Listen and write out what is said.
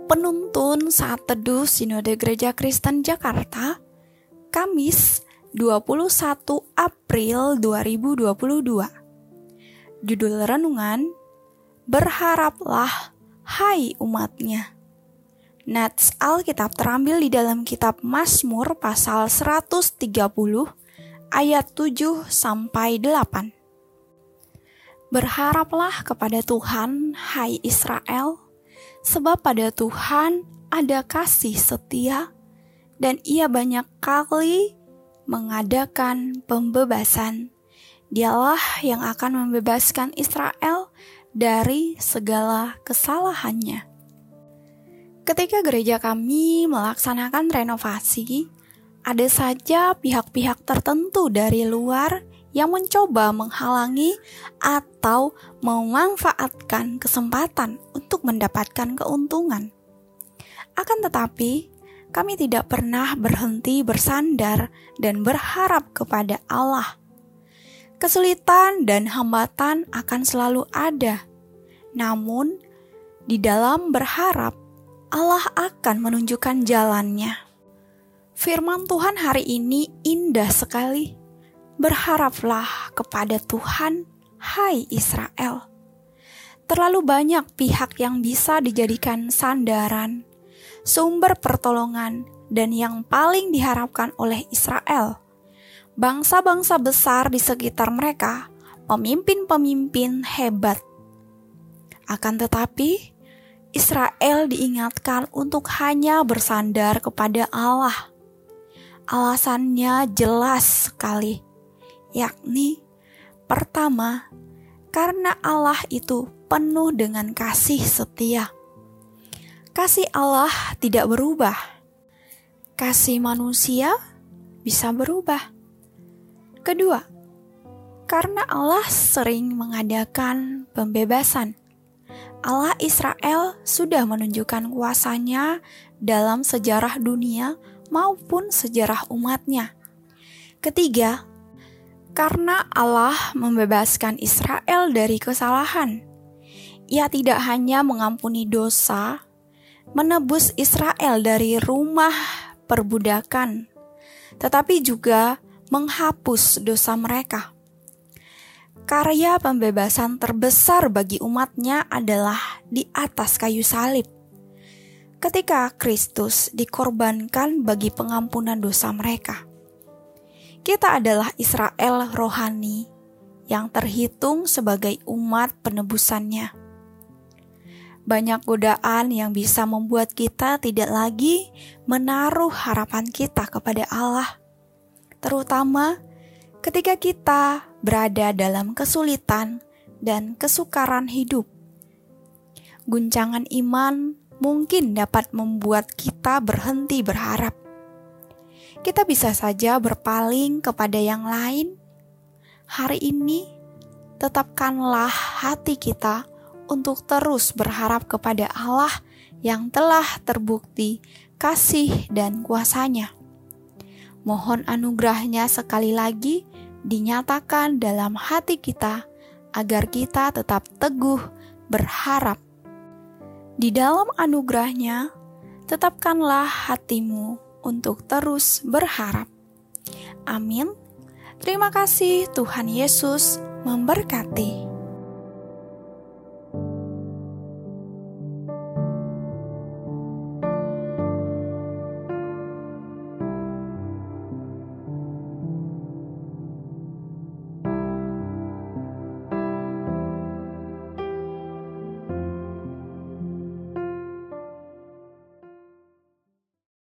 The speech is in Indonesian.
Penuntun Saat Teduh Sinode Gereja Kristen Jakarta, Kamis 21 April 2022. Judul renungan, Berharaplah, hai umatnya. Nats Alkitab terambil di dalam kitab Mazmur pasal 130 ayat 7-8. Berharaplah kepada Tuhan, hai Israel, sebab pada Tuhan ada kasih setia, dan Ia banyak kali mengadakan pembebasan. Dialah yang akan membebaskan Israel dari segala kesalahannya. Ketika gereja kami melaksanakan renovasi, ada saja pihak-pihak tertentu dari luar yang mencoba menghalangi atau memanfaatkan kesempatan untuk mendapatkan keuntungan. Akan tetapi, kami tidak pernah berhenti bersandar dan berharap kepada Allah. Kesulitan dan hambatan akan selalu ada. Namun, di dalam berharap, Allah akan menunjukkan jalannya. Firman Tuhan hari ini indah sekali. Berharaplah kepada Tuhan, hai Israel. Terlalu banyak pihak yang bisa dijadikan sandaran, sumber pertolongan, dan yang paling diharapkan oleh Israel. Bangsa-bangsa besar di sekitar mereka, pemimpin-pemimpin hebat. Akan tetapi, Israel diingatkan untuk hanya bersandar kepada Allah. Alasannya jelas sekali, yakni pertama, karena Allah itu penuh dengan kasih setia. Kasih Allah tidak berubah. Kasih manusia bisa berubah. Kedua, karena Allah sering mengadakan pembebasan. Allah Israel sudah menunjukkan kuasa-Nya dalam sejarah dunia maupun sejarah umat-Nya. Ketiga, karena Allah membebaskan Israel dari kesalahan. Ia tidak hanya mengampuni dosa, menebus Israel dari rumah perbudakan, tetapi juga menghapus dosa mereka. Karya pembebasan terbesar bagi umat-Nya adalah di atas kayu salib. Ketika Kristus dikorbankan bagi pengampunan dosa mereka. Kita adalah Israel rohani yang terhitung sebagai umat penebusannya. Banyak godaan yang bisa membuat kita tidak lagi menaruh harapan kita kepada Allah, terutama ketika kita berada dalam kesulitan dan kesukaran hidup. Guncangan iman mungkin dapat membuat kita berhenti berharap. Kita bisa saja berpaling kepada yang lain. Hari ini, tetapkanlah hati kita untuk terus berharap kepada Allah yang telah terbukti kasih dan kuasa-Nya. Mohon anugerah-Nya sekali lagi dinyatakan dalam hati kita, agar kita tetap teguh berharap. Di dalam anugerah-Nya, tetapkanlah hatimu untuk terus berharap. Amin. Terima kasih, Tuhan Yesus memberkati.